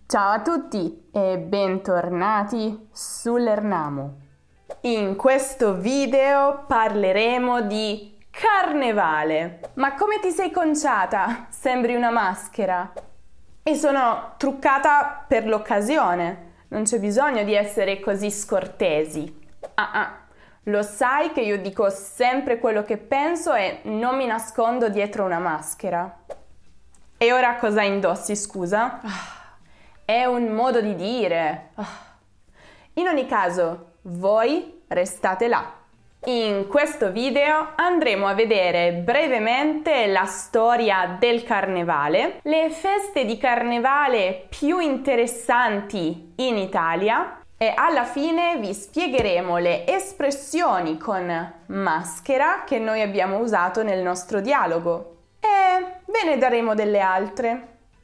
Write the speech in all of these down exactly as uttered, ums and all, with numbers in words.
Ciao a tutti e bentornati sull'Ernamo. In questo video parleremo di carnevale. Ma come ti sei conciata? Sembri una maschera. E sono truccata per l'occasione. Non c'è bisogno di essere così scortesi. Ah ah, lo sai che io dico sempre quello che penso e non mi nascondo dietro una maschera. E ora cosa indossi, scusa? È un modo di dire. In ogni caso, voi restate là. In questo video andremo a vedere brevemente la storia del carnevale, le feste di carnevale più interessanti in Italia e alla fine vi spiegheremo le espressioni con maschera che noi abbiamo usato nel nostro dialogo e ve ne daremo delle altre.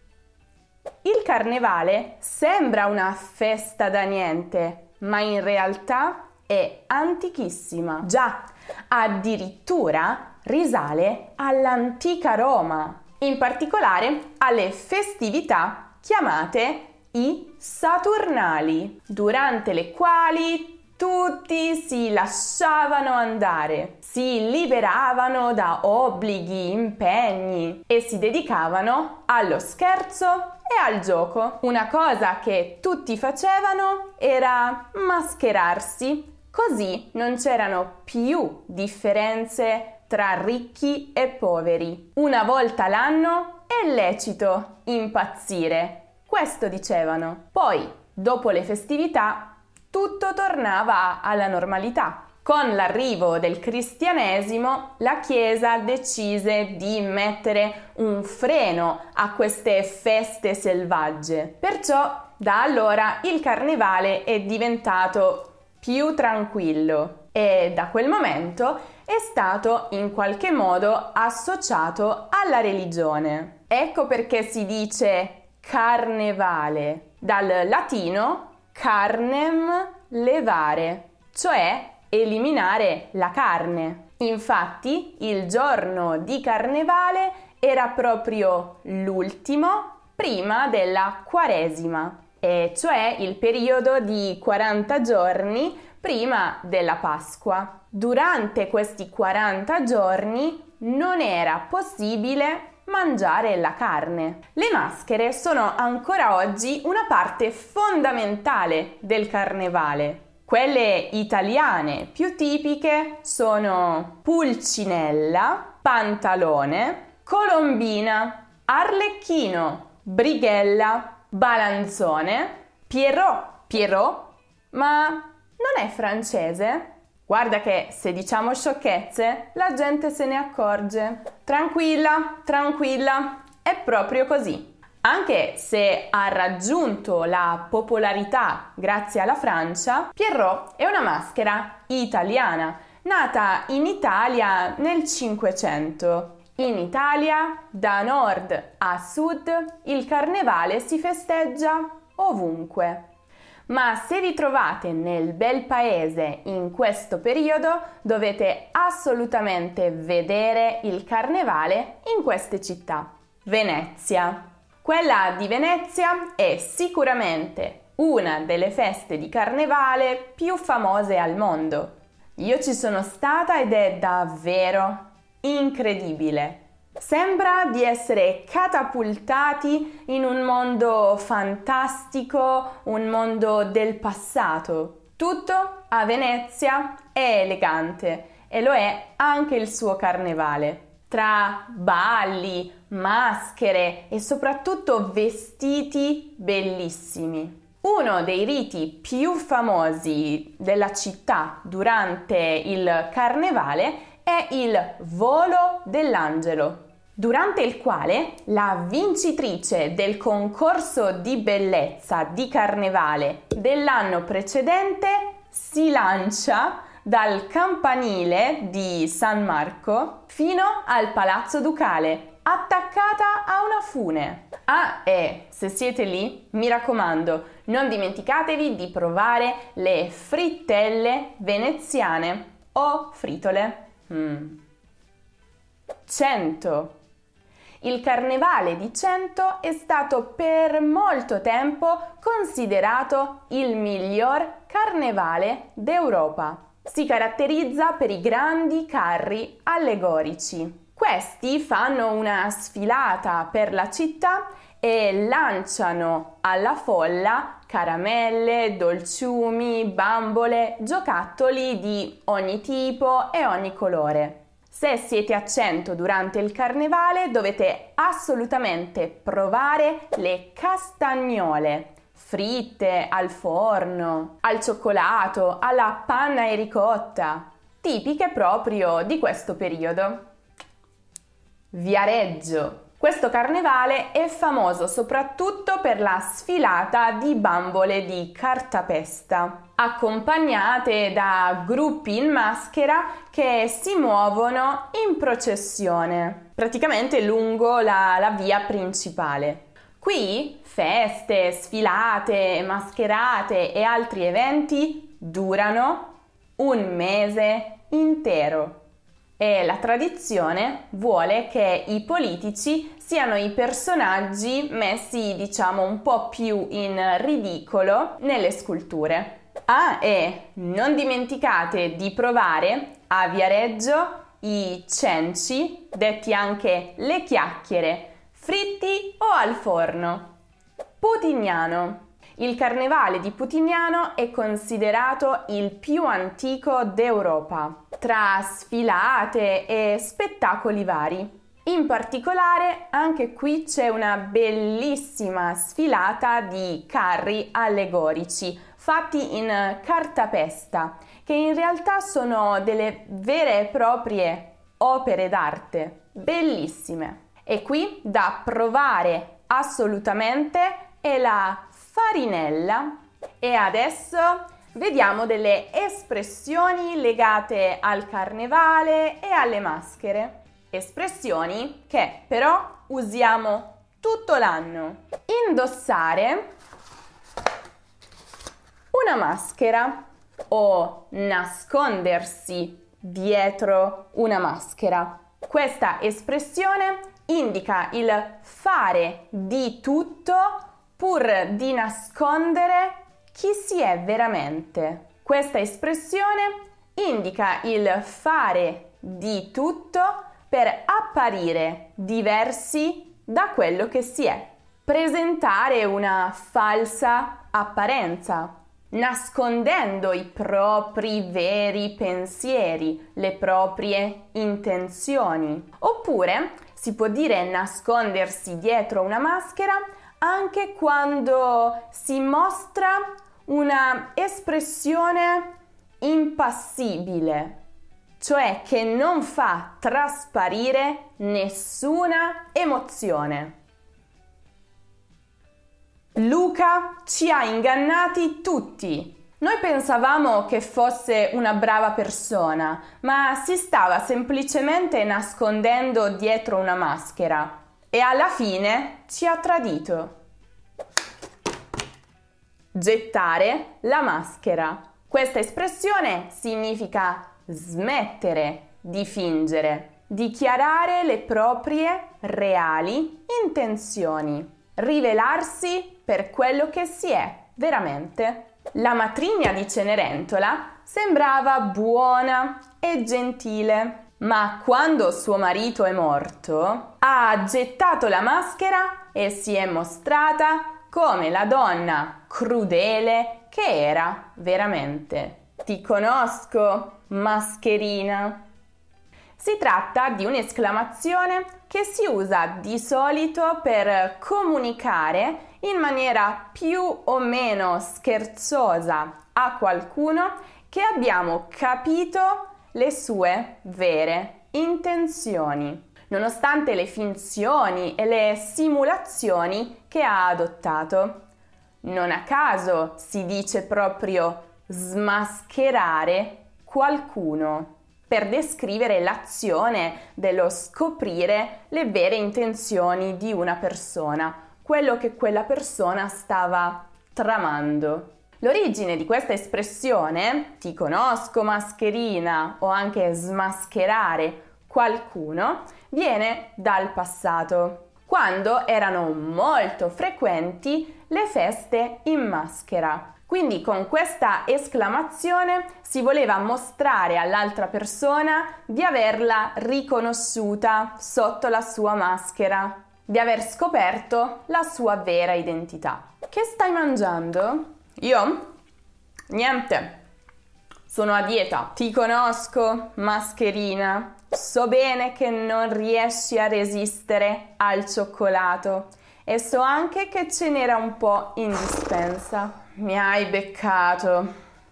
Il carnevale sembra una festa da niente, ma in realtà è antichissima. Già, addirittura risale all'antica Roma, in particolare alle festività chiamate i Saturnali, durante le quali tutti si lasciavano andare, si liberavano da obblighi, impegni e si dedicavano allo scherzo e al gioco. Una cosa che tutti facevano era mascherarsi, così non c'erano più differenze tra ricchi e poveri. Una volta l'anno è lecito impazzire, questo dicevano. Poi, dopo le festività, tutto tornava alla normalità. Con l'arrivo del cristianesimo, la Chiesa decise di mettere un freno a queste feste selvagge. Perciò, da allora, il carnevale è diventato più tranquillo e da quel momento è stato in qualche modo associato alla religione. Ecco perché si dice carnevale, dal latino carnem levare, cioè eliminare la carne. Infatti, il giorno di carnevale era proprio l'ultimo prima della Quaresima, e cioè il periodo di quaranta giorni prima della Pasqua. Durante questi quaranta giorni non era possibile mangiare la carne. Le maschere sono ancora oggi una parte fondamentale del carnevale. Quelle italiane più tipiche sono pulcinella, pantalone, colombina, arlecchino, brighella, balanzone, pierrot. Pierrot? Ma non è francese? Guarda che se diciamo sciocchezze, la gente se ne accorge. Tranquilla, tranquilla, è proprio così. Anche se ha raggiunto la popolarità grazie alla Francia, Pierrot è una maschera italiana, nata in Italia nel Cinquecento. In Italia, da nord a sud, il carnevale si festeggia ovunque. Ma se vi trovate nel bel paese in questo periodo, dovete assolutamente vedere il carnevale in queste città. Venezia. Quella di Venezia è sicuramente una delle feste di carnevale più famose al mondo. Io ci sono stata ed è davvero incredibile. Sembra di essere catapultati in un mondo fantastico, un mondo del passato. Tutto a Venezia è elegante e lo è anche il suo carnevale. Tra balli, maschere e soprattutto vestiti bellissimi. Uno dei riti più famosi della città durante il carnevale è il volo dell'angelo, durante il quale la vincitrice del concorso di bellezza di carnevale dell'anno precedente si lancia dal campanile di San Marco fino al Palazzo Ducale, attaccata a una fune. Ah, e se siete lì, mi raccomando, non dimenticatevi di provare le frittelle veneziane o fritole. Mm. cento. Il Carnevale di Cento è stato per molto tempo considerato il miglior carnevale d'Europa. Si caratterizza per i grandi carri allegorici. Questi fanno una sfilata per la città e lanciano alla folla caramelle, dolciumi, bambole, giocattoli di ogni tipo e ogni colore. Se siete a Cento durante il Carnevale dovete assolutamente provare le castagnole, fritte al forno, al cioccolato, alla panna e ricotta, tipiche proprio di questo periodo. Viareggio. Questo carnevale è famoso soprattutto per la sfilata di bambole di cartapesta, accompagnate da gruppi in maschera che si muovono in processione, praticamente lungo la, la via principale. Qui feste, sfilate, mascherate e altri eventi durano un mese intero. E la tradizione vuole che i politici siano i personaggi messi, diciamo, un po' più in ridicolo nelle sculture. Ah, e non dimenticate di provare a Viareggio i cenci, detti anche le chiacchiere, fritti o al forno. Putignano. Il Carnevale di Putignano è considerato il più antico d'Europa, tra sfilate e spettacoli vari. In particolare, anche qui c'è una bellissima sfilata di carri allegorici, fatti in cartapesta, che in realtà sono delle vere e proprie opere d'arte, bellissime. E qui da provare assolutamente è la farinella. E adesso vediamo delle espressioni legate al carnevale e alle maschere. Espressioni che però usiamo tutto l'anno. Indossare una maschera o nascondersi dietro una maschera. Questa espressione indica il fare di tutto pur di nascondere chi si è veramente. Questa espressione indica il fare di tutto per apparire diversi da quello che si è. Presentare una falsa apparenza, nascondendo i propri veri pensieri, le proprie intenzioni. Oppure si può dire nascondersi dietro una maschera anche quando si mostra una espressione impassibile, cioè che non fa trasparire nessuna emozione. Luca ci ha ingannati tutti. Noi pensavamo che fosse una brava persona, ma si stava semplicemente nascondendo dietro una maschera e alla fine ci ha tradito. Gettare la maschera. Questa espressione significa smettere di fingere, dichiarare le proprie reali intenzioni, rivelarsi per quello che si è veramente. La matrigna di Cenerentola sembrava buona e gentile, ma quando suo marito è morto, ha gettato la maschera e si è mostrata come la donna crudele che era veramente. Ti conosco, mascherina. Si tratta di un'esclamazione che si usa di solito per comunicare in maniera più o meno scherzosa a qualcuno che abbiamo capito le sue vere intenzioni, nonostante le finzioni e le simulazioni che ha adottato. Non a caso si dice proprio smascherare qualcuno, per descrivere l'azione dello scoprire le vere intenzioni di una persona, quello che quella persona stava tramando. L'origine di questa espressione, ti conosco mascherina, o anche smascherare qualcuno, viene dal passato, quando erano molto frequenti le feste in maschera. Quindi con questa esclamazione si voleva mostrare all'altra persona di averla riconosciuta sotto la sua maschera, di aver scoperto la sua vera identità. Che stai mangiando? Io? Niente. Sono a dieta. Ti conosco, mascherina. So bene che non riesci a resistere al cioccolato e so anche che ce n'era un po' in dispensa. Mi hai beccato.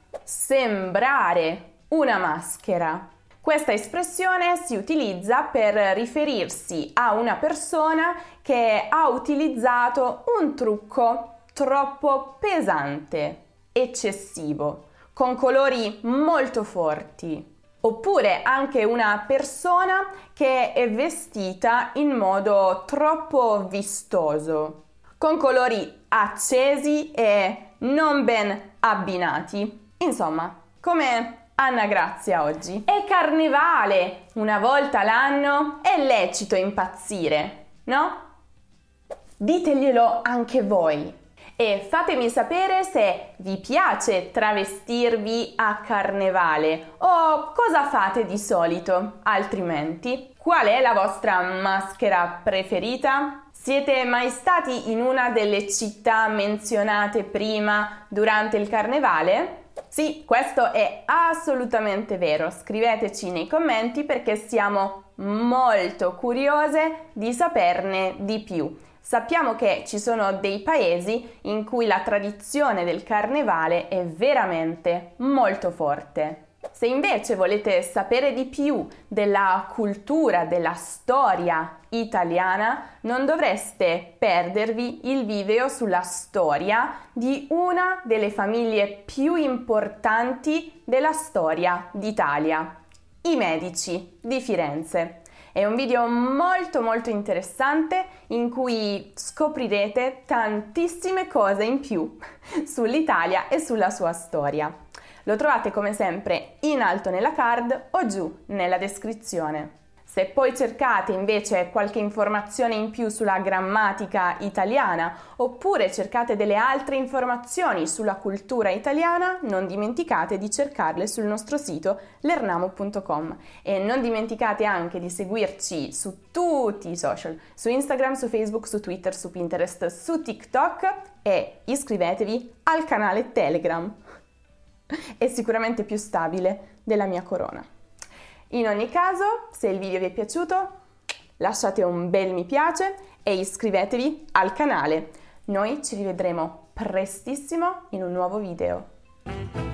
Sembrare una maschera. Questa espressione si utilizza per riferirsi a una persona che ha utilizzato un trucco troppo pesante, eccessivo, con colori molto forti. Oppure anche una persona che è vestita in modo troppo vistoso, con colori accesi e non ben abbinati. Insomma, come Anna Grazia oggi. È carnevale, una volta l'anno è lecito impazzire, no? Diteglielo anche voi e fatemi sapere se vi piace travestirvi a carnevale o cosa fate di solito. Altrimenti, qual è la vostra maschera preferita? Siete mai stati in una delle città menzionate prima durante il carnevale? Sì, questo è assolutamente vero. Scriveteci nei commenti perché siamo molto curiose di saperne di più. Sappiamo che ci sono dei paesi in cui la tradizione del carnevale è veramente molto forte. Se invece volete sapere di più della cultura, della storia italiana, non dovreste perdervi il video sulla storia di una delle famiglie più importanti della storia d'Italia, i Medici di Firenze. È un video molto molto interessante in cui scoprirete tantissime cose in più sull'Italia e sulla sua storia. Lo trovate come sempre in alto nella card o giù nella descrizione. Se poi cercate invece qualche informazione in più sulla grammatica italiana oppure cercate delle altre informazioni sulla cultura italiana, non dimenticate di cercarle sul nostro sito lernamo punto com e non dimenticate anche di seguirci su tutti i social, su Instagram, su Facebook, su Twitter, su Pinterest, su TikTok e iscrivetevi al canale Telegram. È sicuramente più stabile della mia corona. In ogni caso, se il video vi è piaciuto, lasciate un bel mi piace e iscrivetevi al canale. Noi ci rivedremo prestissimo in un nuovo video.